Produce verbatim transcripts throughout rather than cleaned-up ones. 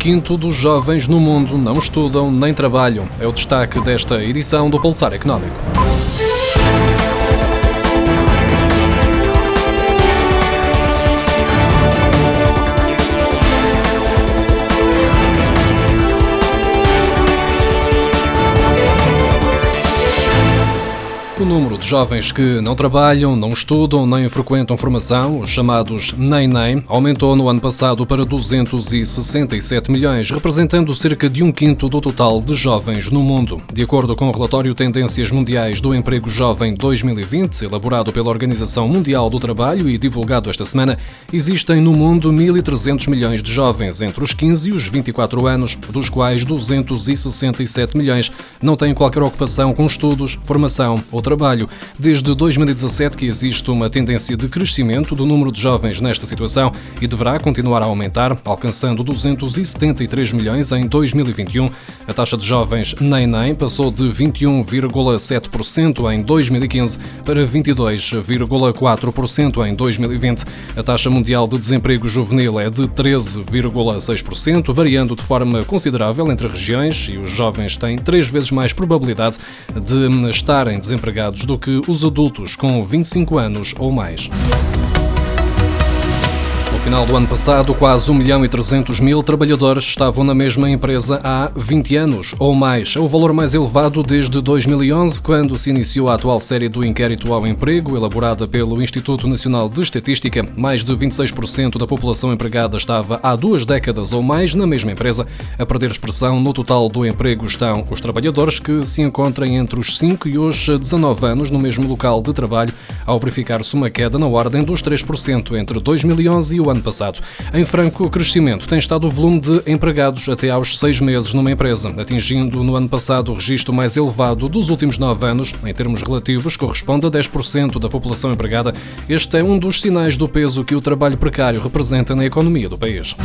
quinto dos jovens no mundo não estudam nem trabalham. É o destaque desta edição do Pulsar Económico. O número de jovens que não trabalham, não estudam, nem frequentam formação, os chamados nem-nem, aumentou no ano passado para duzentos e sessenta e sete milhões, representando cerca de um quinto do total de jovens no mundo. De acordo com o relatório Tendências Mundiais do Emprego Jovem dois mil e vinte, elaborado pela Organização Mundial do Trabalho e divulgado esta semana, existem no mundo mil e trezentos milhões de jovens entre os quinze e os vinte e quatro anos, dos quais duzentos e sessenta e sete milhões não têm qualquer ocupação com estudos, formação ou trabalho. Desde dois mil e dezassete que existe uma tendência de crescimento do número de jovens nesta situação e deverá continuar a aumentar, alcançando duzentos e setenta e três milhões em dois mil e vinte e um. A taxa de jovens nem-nem passou de vinte e um vírgula sete por cento em dois mil e quinze para vinte e dois vírgula quatro por cento em dois mil e vinte. A taxa mundial de desemprego juvenil é de treze vírgula seis por cento, variando de forma considerável entre regiões, e os jovens têm três vezes mais probabilidade de estarem desempregados do que os adultos com vinte e cinco anos ou mais. No final do ano passado, quase um milhão e trezentos mil trabalhadores estavam na mesma empresa há vinte anos ou mais. É o valor mais elevado desde dois mil e onze, quando se iniciou a atual série do Inquérito ao Emprego, elaborada pelo Instituto Nacional de Estatística. Mais de vinte e seis por cento da população empregada estava há duas décadas ou mais na mesma empresa. A perder expressão no total do emprego estão os trabalhadores que se encontram entre os cinco e os dezanove anos no mesmo local de trabalho, ao verificar-se uma queda na ordem dos três por cento entre dois mil e onze e o ano passado. Em franco crescimento tem estado o volume de empregados até aos seis meses numa empresa, atingindo no ano passado o registro mais elevado dos últimos nove anos. Em termos relativos, corresponde a dez por cento da população empregada. Este é um dos sinais do peso que o trabalho precário representa na economia do país.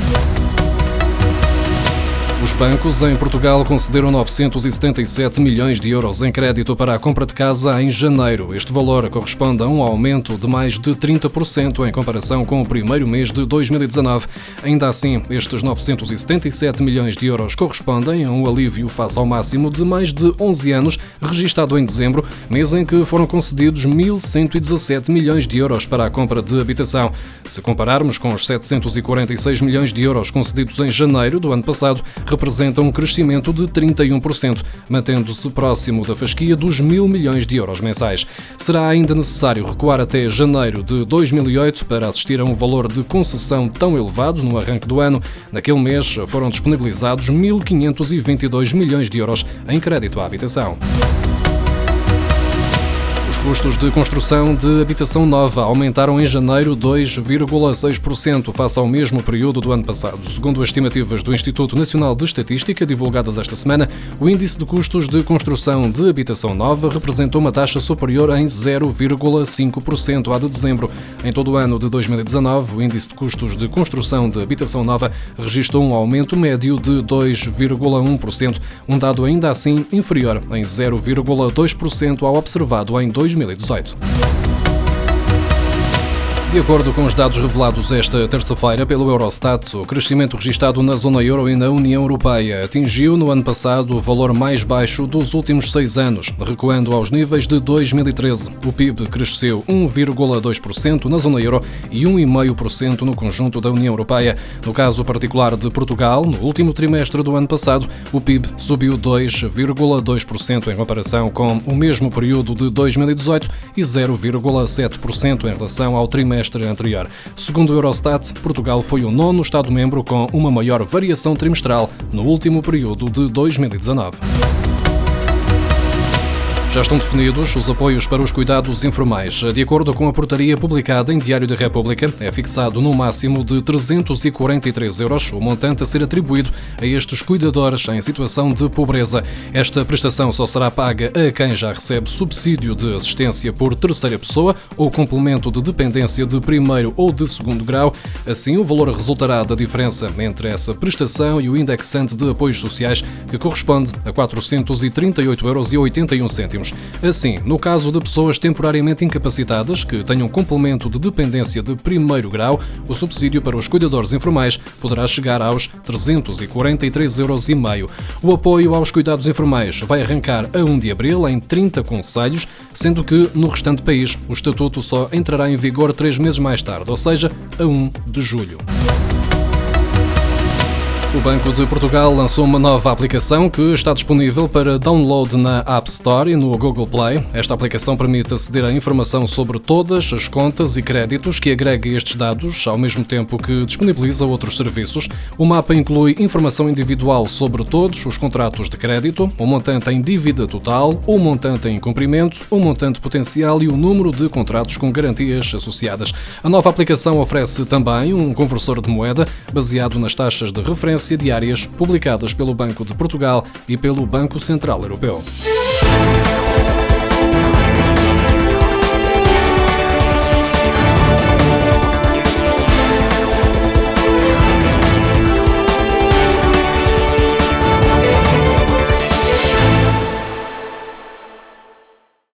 Os bancos em Portugal concederam novecentos e setenta e sete milhões de euros em crédito para a compra de casa em janeiro. Este valor corresponde a um aumento de mais de trinta por cento em comparação com o primeiro mês de dois mil e dezanove. Ainda assim, estes novecentos e setenta e sete milhões de euros correspondem a um alívio face ao máximo de mais de onze anos, registado em dezembro, mês em que foram concedidos mil cento e dezassete milhões de euros para a compra de habitação. Se compararmos com os setecentos e quarenta e seis milhões de euros concedidos em janeiro do ano passado, representa um crescimento de trinta e um por cento, mantendo-se próximo da fasquia dos mil milhões de euros mensais. Será ainda necessário recuar até janeiro de dois mil e oito para assistir a um valor de concessão tão elevado no arranque do ano. Naquele mês foram disponibilizados mil quinhentos e vinte e dois milhões de euros em crédito à habitação. Os custos de construção de habitação nova aumentaram em janeiro dois vírgula seis por cento face ao mesmo período do ano passado. Segundo as estimativas do Instituto Nacional de Estatística, divulgadas esta semana, o índice de custos de construção de habitação nova representou uma taxa superior em zero vírgula cinco por cento à de dezembro. Em todo o ano de dois mil e dezanove, o índice de custos de construção de habitação nova registrou um aumento médio de dois vírgula um por cento, um dado ainda assim inferior em zero vírgula dois por cento ao observado em dois mil e dezoito. De acordo com os dados revelados esta terça-feira pelo Eurostat, o crescimento registado na zona euro e na União Europeia atingiu no ano passado o valor mais baixo dos últimos seis anos, recuando aos níveis de dois mil e treze. O P I B cresceu um vírgula dois por cento na zona euro e um vírgula cinco por cento no conjunto da União Europeia. No caso particular de Portugal, no último trimestre do ano passado, o P I B subiu dois vírgula dois por cento em comparação com o mesmo período de dois mil e dezoito e zero vírgula sete por cento em relação ao trimestre anterior. Segundo o Eurostat, Portugal foi o nono Estado-membro com uma maior variação trimestral no último período de dois mil e dezanove. Já estão definidos os apoios para os cuidados informais. De acordo com a portaria publicada em Diário da República, é fixado no máximo de trezentos e quarenta e três euros o montante a ser atribuído a estes cuidadores em situação de pobreza. Esta prestação só será paga a quem já recebe subsídio de assistência por terceira pessoa ou complemento de dependência de primeiro ou de segundo grau. Assim, o valor resultará da diferença entre essa prestação e o indexante de apoios sociais, que corresponde a quatrocentos e trinta e oito euros e oitenta e um cêntimos. cêntimos. Assim, no caso de pessoas temporariamente incapacitadas que tenham complemento de dependência de primeiro grau, o subsídio para os cuidadores informais poderá chegar aos trezentos e quarenta e três euros e meio. O apoio aos cuidados informais vai arrancar a primeiro de abril em trinta concelhos, sendo que no restante país o estatuto só entrará em vigor três meses mais tarde, ou seja, a primeiro de julho. O Banco de Portugal lançou uma nova aplicação que está disponível para download na App Store e no Google Play. Esta aplicação permite aceder à informação sobre todas as contas e créditos que agrega estes dados, ao mesmo tempo que disponibiliza outros serviços. O mapa inclui informação individual sobre todos os contratos de crédito, o montante em dívida total, o montante em cumprimento, o montante potencial e o número de contratos com garantias associadas. A nova aplicação oferece também um conversor de moeda baseado nas taxas de referência diárias publicadas pelo Banco de Portugal e pelo Banco Central Europeu.